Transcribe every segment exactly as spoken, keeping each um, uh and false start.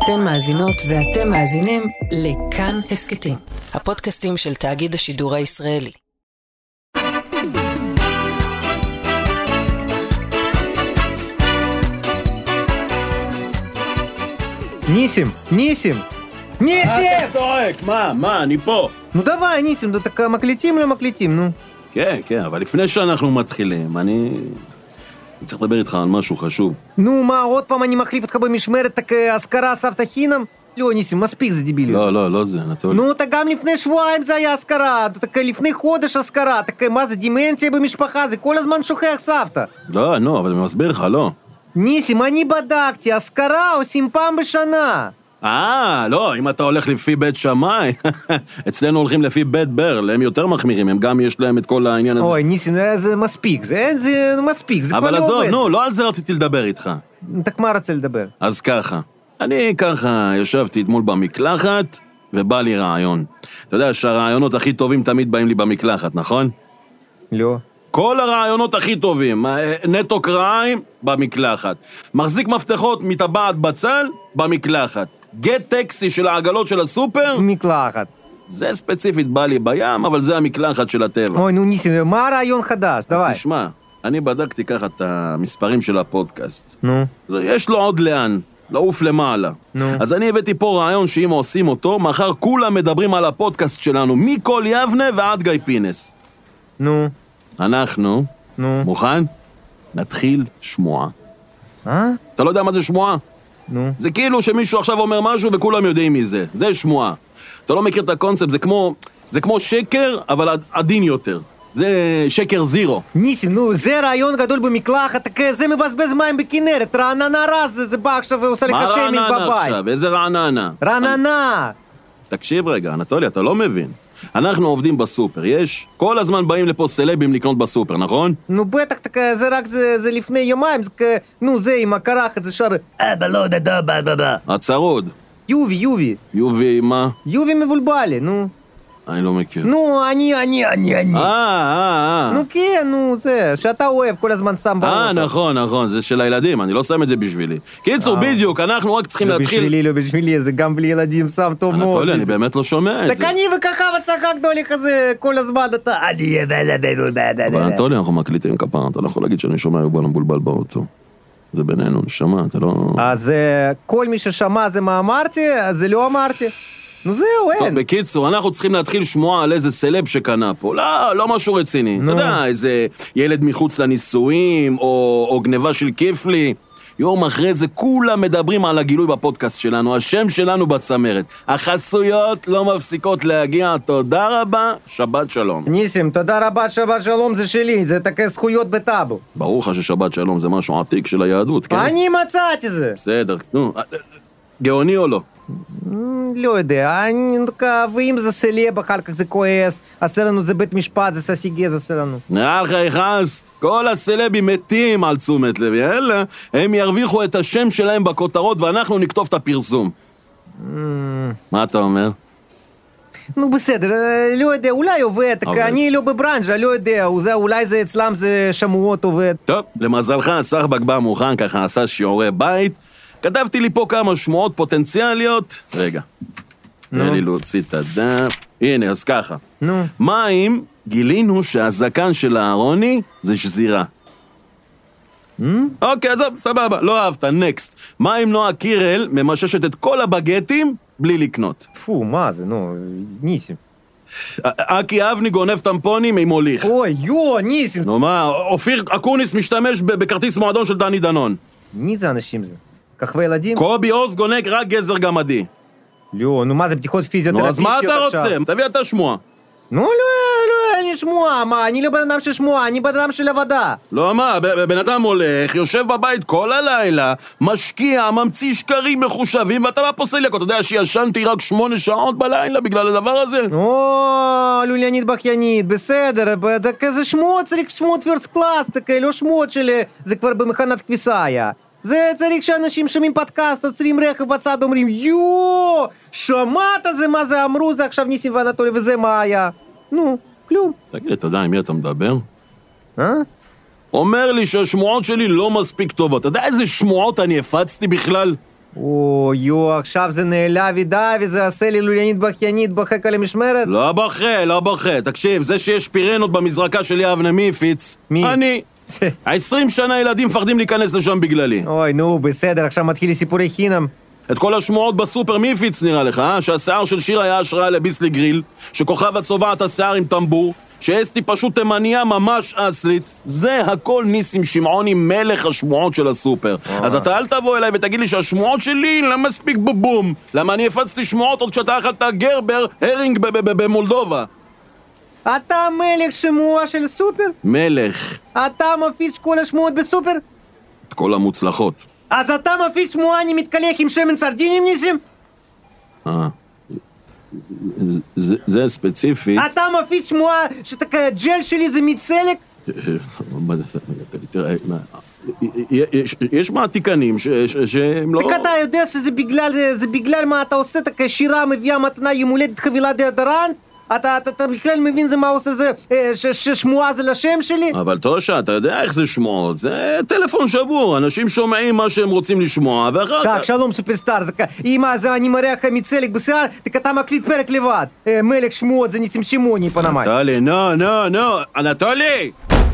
אתן מאזינות ואתם מאזינים לכאן הסקטים, הפודקאסטים של תאגיד השידור הישראלי. ניסים, ניסים! ניסים! מה אתה צועק? מה? מה? אני פה. נו דווי, ניסים, אתה מקליטים לא מקליטים, נו. כן, כן, אבל לפני שאנחנו מתחילים, אני... אני צריך לדבר איתך על משהו חשוב. נו, מה, עוד פעם אני מחליף אותך במשמרת, так אזכרה סבתא חינם? לא, ניסים, מספיק זה דיביליות. לא, לא, לא זה, נתול. נו, אתה גם לפני שבועיים זה היה אזכרה, так לפני חודש אזכרה, так מה זה, דימנציה במשפחה, זה כל הזמן שוכח סבתא. לא, נו, אבל אני מסביר לך, לא. ניסים, אני בדקתי, אזכרה עושים פעם בשנה. אה, לא, אם אתה הולך לפי בית שמאי, אצלנו הולכים לפי בית ברל, הם יותר מחמירים, הם גם יש להם את כל העניין הזה. אוי, ניסים, זה מספיק, זה, זה מספיק, זה כבר אבל לא עזוב, עובד. נו, לא על זה רציתי לדבר איתך. так מה רוצה לדבר? אז ככה, אני ככה ישבתי אתמול במקלחת, ובא לי רעיון. אתה יודע שהרעיונות הכי טובים תמיד באים לי במקלחת, נכון? לא. כל הרעיונות הכי טובים, נטו קריים, במקלחת. מחזיק מפתחות מטבעת בצל, במקלחת. גט טקסי של העגלות של הסופר, מקלחת. זה ספציפית בא לי בים, אבל זה המקלחת של הטבע. אוי, נו ניסים, מה הרעיון חדש? אז דווי. תשמע, אני בדקתי ככה את המספרים של הפודקאסט. נו. יש לו עוד לאן, לעוף למעלה. נו. אז אני הבאתי פה רעיון שאם עושים אותו, מחר כולם מדברים על הפודקאסט שלנו, מכל יבנה ועד גיא פינס. נו. אנחנו, נו. מוכן? נתחיל שמועה. אה? אתה לא יודע מה זה שמועה? נו. זה כאילו שמישהו עכשיו אומר משהו וכולם יודעים מי זה. זה שמועה. אתה לא מכיר את הקונספט, זה כמו, זה כמו שקר, אבל עדין יותר. זה שקר זירו. ניסים, נו, זה רעיון גדול במקלחת, זה מבזבז מים בכנרת, רעננה רז, זה בא עכשיו ועושה לך שיימינג בבית. מה רעננה עכשיו? איזה רעננה? רעננה! תקשיב רגע, אנטולי, אתה לא מבין. אנחנו עובדים בסופר, יש? כל הזמן באים לפה סלבים לקנות בסופר, נכון? נו בטח, זה רק זה לפני יומיים, נו זה עם הקרחת, זה שר... אבא לא דדה בבא. הצרוד. יובי, יובי. יובי, מה? יובי מבולבלי, נו. אני לא מכיר. נו, אני, אני, אני, אני. אה, אה, אה. נו כן, נו, זה, שאתה אוהב, כל הזמן שם באוטו. אה, נכון, נכון, זה של הילדים, אני לא שם את זה בשבילי. קיצור, בדיוק, אנחנו רק צריכים לא להתחיל... בשבילי, לא בשבילי, זה גם בלי ילדים שם טוב מאוד. אנטולי, אני באמת לא שומע את так זה. אני וככה וצחק דולי כזה, כל הזמן אתה... אני אבל אנטולי, אנחנו מקליטים כפרה, אתה לא יכול להגיד שאני שומע יובל מבולבל באוטו. זה בינינו, נשמע, אתה לא... אז כל מי ששמע זה מה אמרתי, אז זה לא אמרתי. נו זהו, טוב, אין. בקיצור, אנחנו צריכים להתחיל שמוע על איזה סלב שקנה פה. לא, לא משהו רציני. אתה יודע, איזה ילד מחוץ לנישואים, או, או גניבה של כיפלי. יום אחרי זה כולם מדברים על הגילוי בפודקאסט שלנו, השם שלנו בצמרת. החסויות לא מפסיקות להגיע, תודה רבה, שבת שלום. ניסים, תודה רבה, שבת שלום זה שלי, זה תקי זכויות בטאבו. ברור לך ששבת שלום זה משהו עתיק של היהדות, כן? אני מצאתי זה. בסדר, נו, גאוני או לא? לא יודע, ואם זה סלב אחר כך זה כועס, עשה לנו זה בית משפט, זה ססיגז עשה לנו. נראה לך יחס, כל הסלבים מתים על תשומת לב, יאללה, הם ירוויחו את השם שלהם בכותרות ואנחנו נכתוב את הפרסום. מה אתה אומר? נו בסדר, לא יודע, אולי עובד, אני לא בברנז'ה, לא יודע, אולי זה אצלם זה שמועות עובד. טוב, למזלך, סחבק בא מוכן, ככה עשה שיעורי בית, כתבתי לי פה כמה שמועות פוטנציאליות. רגע, תן לי להוציא את הדף. הנה, אז ככה. נו. מה אם גילינו שהזקן של הארוני זה שזירה? אוקיי, עזוב, סבבה, לא אהבת, נקסט. מה אם נועה קירל ממששת את כל הבגטים בלי לקנות? פו, מה זה, נו, ניסים. אקי אבני גונב טמפונים עם הוליך. אוי, יו, ניסים. נו מה, אופיר אקוניס משתמש בכרטיס מועדון של דני דנון. מי זה אנשים זה? כחווי ילדים? קובי עוז גונק רק גזר גמדי. לא, נו מה זה בדיחות פיזיותרפיסטיות נו, עכשיו? אז מה אתה רוצה? תביא אתה שמוע. נו, לא, לא, אני שמוע, מה, אני לא בן אדם של שמוע, אני בן אדם של עבודה. לא, מה, בן אדם הולך, יושב בבית כל הלילה, משקיע, ממציא שקרים מחושבים, ואתה מה פוסל יקות? אתה יודע שישנתי רק שמונה שעות בלילה בגלל הדבר הזה? או, לולנית בכיינית, בסדר, זה שמועות, צריך שמועות פירסט קלאס, לא שמועות שלי, זה כבר במכנת כביסה היה. זה צריך שאנשים שומעים פודקאסט, עוצרים רכב בצד, אומרים, יואו, שמעת זה מה זה אמרו, זה עכשיו ניסים ואנטולי, וזה מה היה. נו, כלום. תגיד, אתה יודע עם מי אתה מדבר? אה? אומר לי שהשמועות שלי לא מספיק טובות. אתה יודע איזה שמועות אני הפצתי בכלל? או, יו, עכשיו זה נעלה וידה, וזה עושה לי לולנית בכיינית בוחק על המשמרת? לא בוכה, לא בוכה. תקשיב, זה שיש פירנות במזרקה של יבנה, מי הפיץ? מי? אני. עשרים שנה ילדים מפחדים להיכנס לשם בגללי. אוי, נו, בסדר, עכשיו מתחיל סיפורי חינם. את כל השמועות בסופר מי הפיץ נראה לך, אה? שהשיער של שיר היה השראה לביסלי גריל, שכוכב הצובעת השיער עם טמבור, שאסתי פשוט תימניה ממש אסלית. זה הכל ניסים שמעוני, מלך השמועות של הסופר. אז אתה אל תבוא אליי ותגיד לי שהשמועות שלי לא מספיק בובום. למה אני הפצתי שמועות עוד כשאתה אכלת גרבר, הרינג במולדובה. אתה מלך שמועה של סופר? מלך. אתה מפיץ כל השמועות בסופר? את כל המוצלחות. אז אתה מפיץ שמועה אני מתקלח עם שמן סרדינים, ניסים? אה, זה, זה ספציפית. אתה מפיץ שמועה שהג'ל שלי זה מצלק? תראה, יש מעתיקנים שהם לא... אתה יודע שזה בגלל, זה בגלל מה אתה עושה, אתה כשירה מביאה מתנה יום הולדת חבילת דאודורנט? אתה, אתה, אתה בכלל מבין זה מה עושה זה, ששמועה זה לשם שלי? אבל תושה, אתה יודע איך זה שמועות, זה טלפון שבור, אנשים שומעים מה שהם רוצים לשמוע, ואחר כך... так, שלום סופרסטאר, זה מה זה אני מריח מצלק בשיער, так אתה מקליט פרק לבד. מלך שמועות זה ניסים שמעוני פנמי. אנטולי, נו, נו, נו, אנטולי!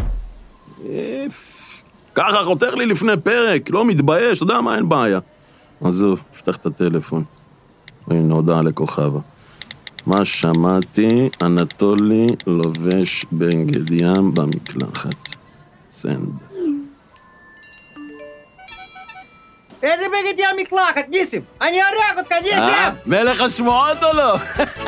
ככה חותר לי לפני פרק, לא מתבייש, אתה יודע מה, אין בעיה. אז פתח את הטלפון. הנה, הודעה לכוכבה. מה שמעתי, אנטולי לובש בגד ים במקלחת. סנד. איזה בגד ים מקלחת, ניסים? אני ארח אותך, ניסים! אה? מלך השמועות או לא?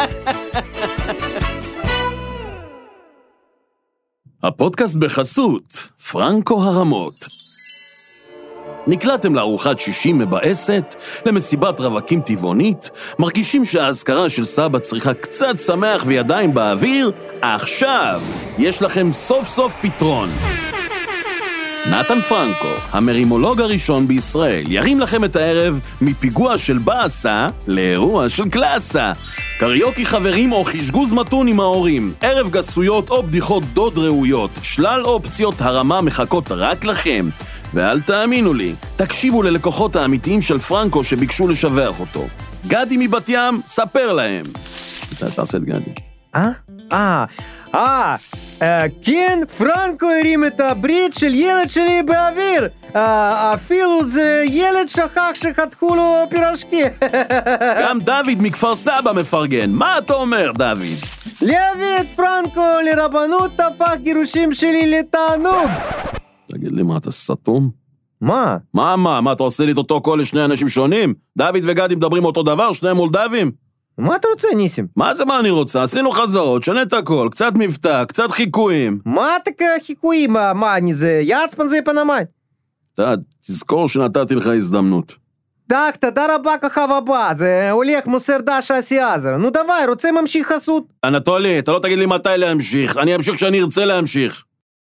הפודקאסט בחסות, פרנקו הרמות. נקלעתם לארוחת שישים מבאסת, למסיבת רווקים טבעונית, מרגישים שההזכרה של סבא צריכה קצת שמח וידיים באוויר? עכשיו יש לכם סוף סוף פתרון. נתן פרנקו, המרימולוג הראשון בישראל, ירים לכם את הערב מפיגוע של באסה לאירוע של קלאסה. קריוקי חברים או חשגוז מתון עם ההורים, ערב גסויות או בדיחות דוד ראויות, שלל אופציות הרמה מחכות רק לכם. ואל תאמינו לי, תקשיבו ללקוחות האמיתיים של פרנקו שביקשו לשבח אותו. גדי מבת ים, ספר להם. אתה תעשה את גדי. אה? אה, אה, כן, פרנקו הרים את הברית של ילד שלי באוויר. אפילו זה ילד שכח שחתכו לו פירשקי. גם דוד מכפר סבא מפרגן. מה אתה אומר, דוד? להביא את פרנקו לרבנות הפך גירושים שלי לתענוג. תגיד לי, מה, אתה סתום? מה? מה, מה, מה, אתה עושה לי את אותו קול לשני אנשים שונים? דוד וגדי מדברים אותו דבר, שניהם מולדבים? מה אתה רוצה, ניסים? מה זה מה אני רוצה? עשינו חזרות, שנה את הכל, קצת מבטא, קצת חיקויים. מה אתה חיקויים? מה, אני זה יצפן זה פנמי? אתה, תזכור שנתתי לך הזדמנות. דק, תודה רבה ככה הבא, זה הולך מוסר דש אסיעזר. נו דבר, רוצה ממשיך חסות? אנטולי, אתה לא תגיד לי מתי להמשיך, אני אמשיך כשאני ארצה להמשיך.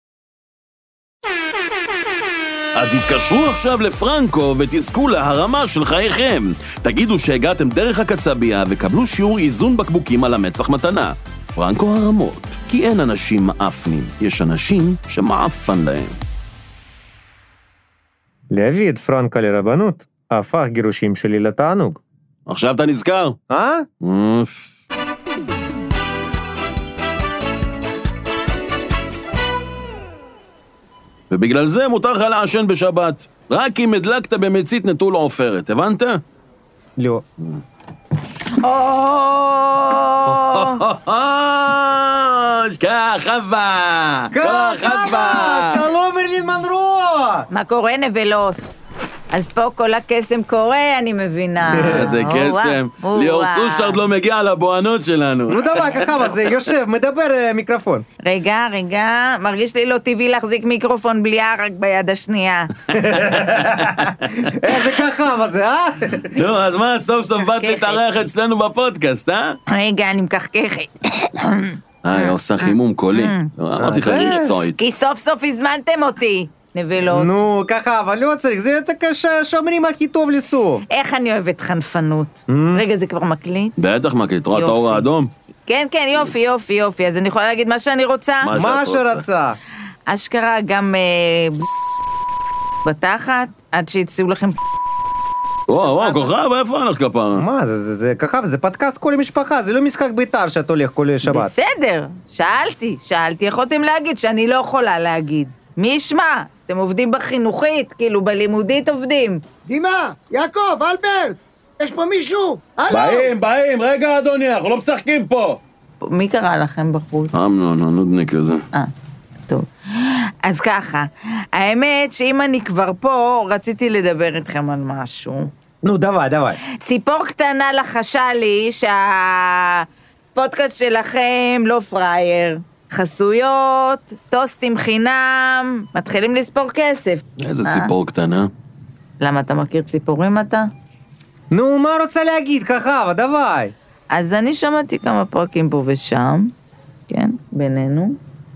אז התקשרו עכשיו לפרנקו ותזכו להרמה של חייכם. תגידו שהגעתם דרך הקצביה וקבלו שיעור איזון בקבוקים על המצח מתנה. פרנקו הרמות, כי אין אנשים מאפנים, יש אנשים שמאפן להם. להביא את פרנקו לרבנות, הפך גירושים שלי לתענוג. עכשיו אתה נזכר? אה? אוף. ובגלל זה מותר לך לעשן בשבת. רק אם הדלקת במצית נטול עופרת, הבנת? לא. כחווה! כחווה! שלום מרלין מנרו! מה קורה נבלות? אז פה כל הקסם קורה, אני מבינה. איזה קסם. ליאור סושרד לא מגיע לבוענות שלנו. נו דבר, ככה, זה יושב, מדבר מיקרופון. רגע, רגע, מרגיש לי לא טבעי להחזיק מיקרופון בלי ערק ביד השנייה. איזה ככה זה, אה? נו, אז מה, סוף סוף באת להתארח אצלנו בפודקאסט, אה? רגע, אני מקחקחת. אה, עושה חימום קולי. אמרתי לך, מקצועית. כי סוף סוף הזמנתם אותי. נבלות. נו, ככה, אבל לא צריך, זה שומרים הכי טוב לסוף. איך אני אוהבת חנפנות. רגע, זה כבר מקליט? בטח מקליט, רואה את האור האדום? כן, כן, יופי, יופי, יופי. אז אני יכולה להגיד מה שאני רוצה? מה שרצה. אשכרה גם בתחת, עד שיצאו לכם וואו, וואו, כוכב, איפה הלך כפרה? מה זה, זה, זה ככה, זה פודקאסט כל המשפחה, זה לא משחק בית"ר שאת הולך כל שבת. בסדר, שאלתי, שאלתי, יכולתם להגיד שאני לא יכולה להגיד. מי ישמע? אתם עובדים בחינוכית, כאילו בלימודית עובדים. דימה, יעקב, אלברט, יש פה מישהו? הלו? באים, באים, רגע אדוני, אנחנו לא משחקים פה. מי קרא לכם בחוץ? אמנון, הנודניק הזה. אה, טוב. אז ככה, האמת שאם אני כבר פה, רציתי לדבר איתכם על משהו. נו, דווי, דווי. ציפור קטנה לחשה לי שהפודקאסט שלכם לא פרייר. חסויות, טוסטים חינם, מתחילים לספור כסף. איזה ציפור קטנה. למה, אתה מכיר ציפורים אתה? נו, מה רוצה להגיד, ככה, דווי? אז אני שמעתי כמה פרקים פה ושם, כן, בינינו,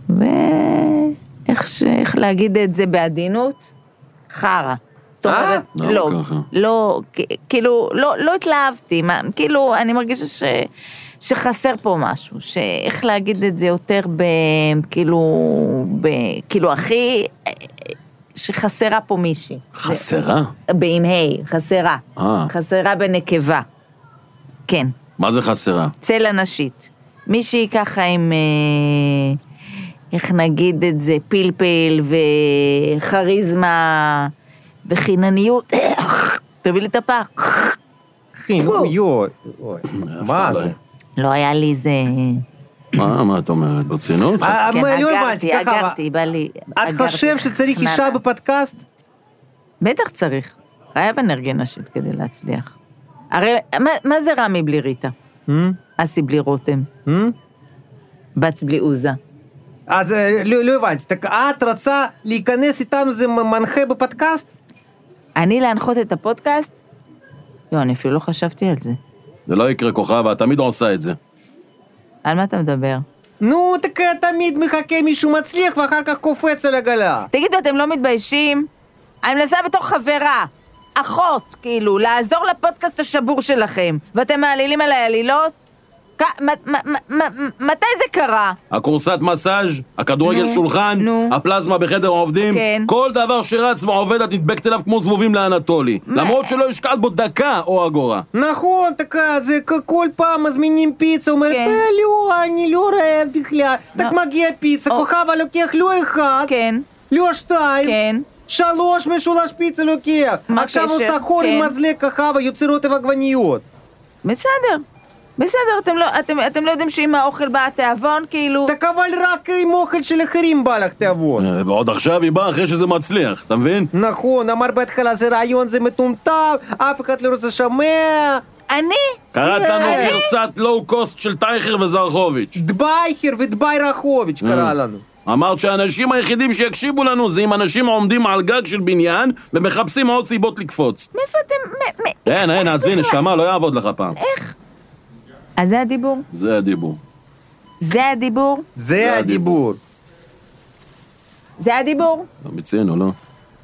ואיך ש... איך להגיד את זה בעדינות? חרה. זאת אומרת, לא, לא, ככה. לא, כאילו, לא, לא התלהבתי, מה, כאילו, אני מרגישה ש... שחסר פה משהו, שאיך להגיד את זה יותר ב... כאילו, ב... כאילו, הכי... שחסרה פה מישהי. חסרה? עם ה', חסרה. אה. חסרה בנקבה. כן. מה זה חסרה? צלע נשית. מישהי ככה עם... אה, איך נגיד את זה? פלפל וחריזמה וחינניות. תביא לי את הפח. אחי, נו, יו, מה זה? לא היה לי זה... מה, מה את אומרת? ברצינות? אה, כן, מה, לא אגרתי, הבנתי, ככה, אגרתי, בא לי... את אגרתי. חושב שצריך אישה בפודקאסט? בטח צריך. חייב אנרגיה נשית כדי להצליח. הרי, מה, מה זה רמי בלי ריטה? אסי בלי רותם? בץ בלי עוזה? אז אה, לא לא הבנתי, так את רוצה להיכנס איתנו זה מנחה בפודקאסט? אני להנחות את הפודקאסט? לא, אני אפילו לא חשבתי על זה. זה לא יקרה כוכב, את תמיד עושה את זה. על מה אתה מדבר? נו, так תמיד מחכה מישהו מצליח ואחר כך קופץ על הגלה. תגידו, אתם לא מתביישים? אני מנסה בתור חברה, אחות, כאילו, לעזור לפודקאסט השבור שלכם, ואתם מעלילים על העלילות? כ- מ- מ- מ- מ- מתי זה קרה? הקורסת מסאז', הכדורגל נו, שולחן, נו. הפלזמה בחדר העובדים, כן. כל דבר שרץ ועובד את נדבקת אליו כמו זבובים לאנטולי. למרות שלא השקעת בו דקה או אגורה. נכון, так זה כל פעם מזמינים פיצה, אומרת, כן. אה, לא, אני לא רעב בכלל. לא. так מגיע פיצה, או. כוכבה לוקח לא אחד, כן, לא שתיים, כן. שלוש משולש פיצה לוקח. מה עכשיו הוא הקשר? סחור עם כן. מזלג כוכבה, יוצר רוטב עגבניות. בסדר. בסדר, אתם לא, אתם, אתם לא יודעים שאם האוכל בא התיאבון, כאילו... так אבל רק עם אוכל של אחרים בא לך תיאבון. אה, ועוד עכשיו היא באה אחרי שזה מצליח, אתה מבין? נכון, אמר בהתחלה זה רעיון, זה מטומטם, אף אחד לא רוצה שמע. אני? קראת לנו אה. גרסת לואו קוסט של טייכר וזרחוביץ'. דבייכר ודביי רחוביץ' קרא לנו. אמרת שהאנשים היחידים שיקשיבו לנו זה אם אנשים עומדים על גג של בניין ומחפשים עוד סיבות לקפוץ. מאיפה אתם... מ- מ- אין, אין, איך עזבי, בכלל? נשמה, לא יעבוד לך פעם. איך? אז זה הדיבור? זה הדיבור. זה הדיבור? זה הדיבור. זה הדיבור? מציין או לא?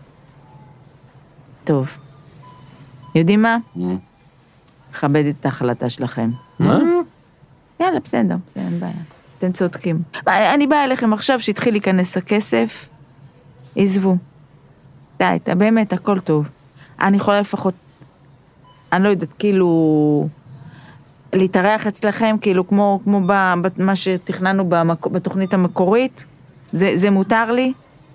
טוב. יודעים מה? נו. כבד את ההחלטה שלכם. מה? יאללה, בסדר, בסדר, אין בעיה. אתם צודקים. מה, אני באה אליכם עכשיו שהתחיל להיכנס הכסף, עזבו. די, אתה באמת, הכל טוב. אני יכולה לפחות, אני לא יודעת, כאילו, להתארח אצלכם, כאילו, כמו, כמו ב, ב, מה שתכננו במק, בתוכנית המקורית, זה, זה מותר לי?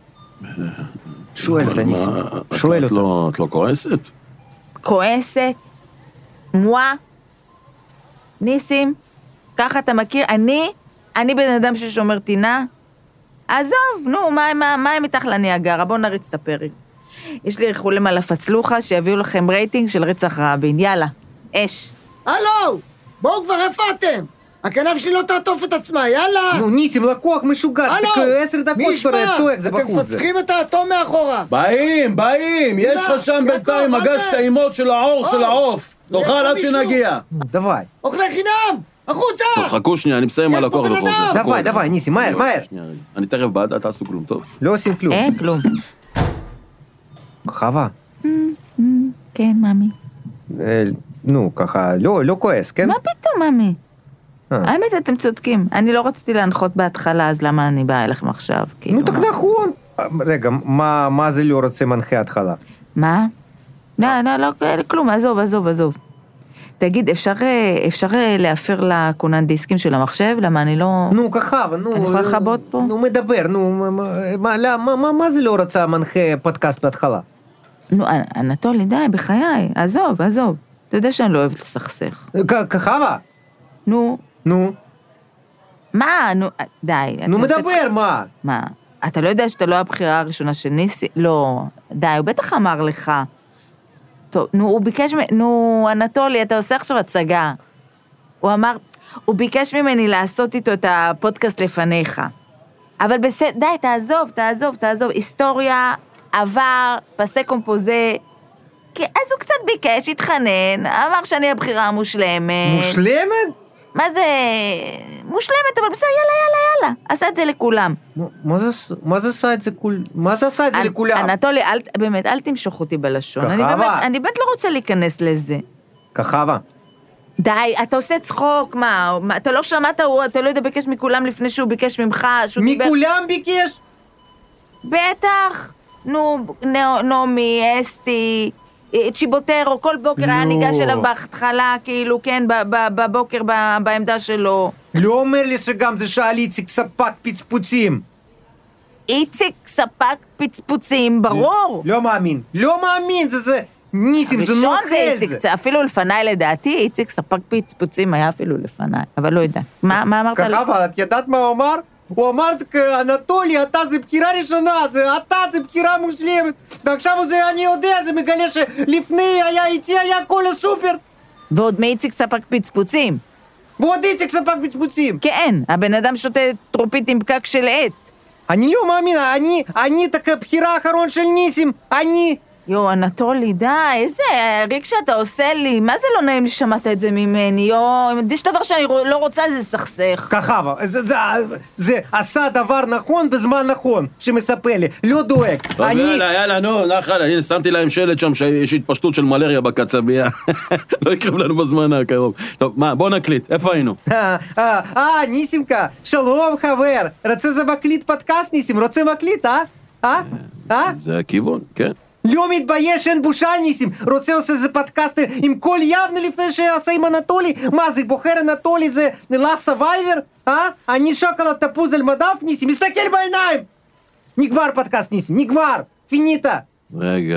שואל אותה ניסים, מה, שואל את אותה. לא- את לא כועסת? כועסת? מואה? ניסים? ככה אתה מכיר? אני? אני בן אדם ששומר טינה? עזוב, נו, מה, מה, מה הם מתח לניאגרה? בואו נריץ את הפרק. יש לי ריחולים על הפצלוחה שיביאו לכם רייטינג של רצח רבין. יאללה, אש. הלו! בואו כבר, איפה אתם? הכנף שלי לא תעטוף את עצמה, יאללה! נו, ניסים, לקוח משוגע, הלו! tak עשר מי דקות ישמע? כבר צועק, זה אתם בחוץ זה. מפצחים את האטום מאחורה! באים, באים, יש דימה, לך שם יעקב, בינתיים מה מגש זה? טעימות של העור של או, העוף. יש תאכל פה עד מישהו? שנגיע. נו, דווי, אוכלי חינם! החוצה! טוב, חכו שנייה, אני מסיים יש על פה לקוח בן וחוזר. אדם. חכו. דווי, דווי, ניסים, מהר, מהר. שנייה, רגע. אני תכף בעד, אל תעשו כלום, טוב? לא עושים כלום. אין כלום. כוכבה, כן, ממי. אה, נו, ככה, לא לא כועס, כן? מה פתאום, ממי? אה. האמת, אתם צודקים. אני לא רציתי להנחות בהתחלה, אז למה אני באה אליכם עכשיו? כאילו, נו, tak מה? נכון. אה, רגע, מה מה זה לא רוצה מנחה התחלה? מה? לא, לא, לא, כלום, עזוב, עזוב, עזוב. תגיד, אפשר, אפשר להפר לכונן דיסקים של המחשב? למה אני לא... נו, ככה, נו... אני יכולה לחבות פה? נו, מדבר, נו, מה, מה, מה, מה זה לא רצה מנחה פודקאסט בהתחלה? נו, אנטולי, די, בחיי, עזוב, עזוב. אתה יודע שאני לא אוהבת לסכסך. ככה? נו. נו. מה? נו, די. נו, מדבר, מה? מה? אתה לא יודע שאתה לא הבחירה הראשונה של ניסי? לא. די, הוא בטח אמר לך. טוב, נו, הוא ביקש, נו, אנטולי, אתה עושה עכשיו הצגה. הוא אמר, הוא ביקש ממני לעשות איתו את הפודקאסט לפניך. אבל בסדר, די, תעזוב, תעזוב, תעזוב. היסטוריה, עבר, פסי קומפוזה. כי אז הוא קצת ביקש, התחנן, אמר שאני הבחירה המושלמת. מושלמת? מה זה... מושלמת, אבל בסדר, יאללה, יאללה, יאללה. עשה את זה לכולם. מה זה, מה זה עשה את זה כול... מה זה עשה את זה לכולם? אנטולי, אל, באמת, אל תמשוך אותי בלשון. אני באמת, אני באמת לא רוצה להיכנס לזה. ככה. די, אתה עושה צחוק, מה? אתה לא שמעת, אתה לא יודע ביקש מכולם לפני שהוא ביקש ממך, מכולם ביקש? בטח. נו, נעמי, אסתי, צ'יבוטרו, כל בוקר היה ניגש אליו בהתחלה, כאילו, כן, בבוקר, בעמדה שלו. לא אומר לי שגם זה שאל איציק ספק פצפוצים. איציק ספק פצפוצים, ברור. לא מאמין, לא מאמין, זה זה... ניסים, זה נוכל זה. אפילו לפניי לדעתי, איציק ספק פצפוצים היה אפילו לפניי, אבל לא יודע. מה אמרת? ככה, את ידעת מה הוא אמר? הוא אמר, אנטולי, אתה זה בחירה ראשונה, אתה זה בחירה מושלמת, ועכשיו זה, אני יודע, זה מגלה שלפני היה איתי, היה כל הסופר. ועוד מאיציק ספק פצפוצים. ועוד איציק ספק פצפוצים. כן, הבן אדם שותה טרופית עם פקק של עט. אני לא מאמין, אני, אני את הבחירה האחרון של ניסים, אני... יו, אנטולי, די, איזה ריק שאתה עושה לי, מה זה לא נעים לי שמעת את זה ממני, יו, יש דבר שאני לא רוצה זה סכסך. ככה, זה, זה, זה עשה דבר נכון בזמן נכון, שמספר לי, לא דואג. טוב, אני... יאללה, יאללה, נו, נחל, הנה, שמתי להם שלט שם שיש התפשטות של מלריה בקצבייה, לא יקרב לנו בזמן הקרוב. טוב, מה, בוא נקליט, איפה היינו? אה, אה, אה, ניסימקה, שלום חבר, רוצה זה מקליט פודקאסט ניסים, רוצה מקליט, אה? אה? אה? זה הכיוון, כן. לא מתבייש, אין בושה ניסים, רוצה עושה זה פודקאסט עם כל יבנה לפני שעשה עם אנטולי, מה זה בוחר אנטולי זה last survivor, אה? אני שוקולד תפוז על מדף ניסים, מסתכל בעיניים, נגמר פודקאסט ניסים, נגמר, פיניטה. רגע,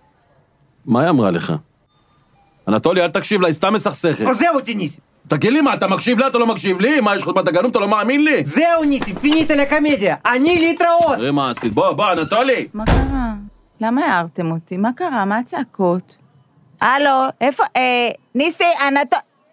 מה היא אמרה לך? אנטולי, אל תקשיב לה, היא סתם מסכסכת. עוזב אותי ניסים. תגיד לי מה, אתה מקשיב לה, אתה לא מקשיב לי? מה, יש לך בתגנום, אתה לא מאמין לי? זהו ניסים, פיניטה לקומדיה, אני להתראות. תראה מה עשית, בוא, בוא, אנטולי. מה קרה? למה הערתם אותי? מה קרה? מה הצעקות? הלו, איפה? אה, ניסי, אנטו...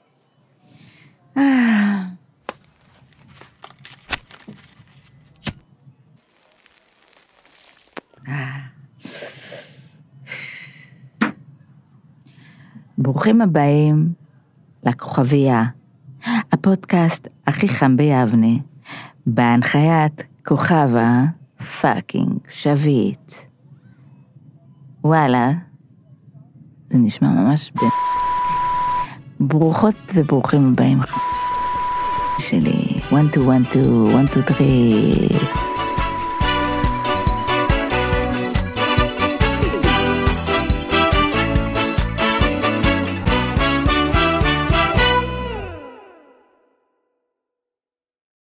ברוכים הבאים לכוכביה, הפודקאסט הכי חם ביבנה, בהנחיית כוכבה פאקינג שביט. וואלה, זה נשמע ממש ב... ברוכות וברוכים הבאים שלי. one two one two one two three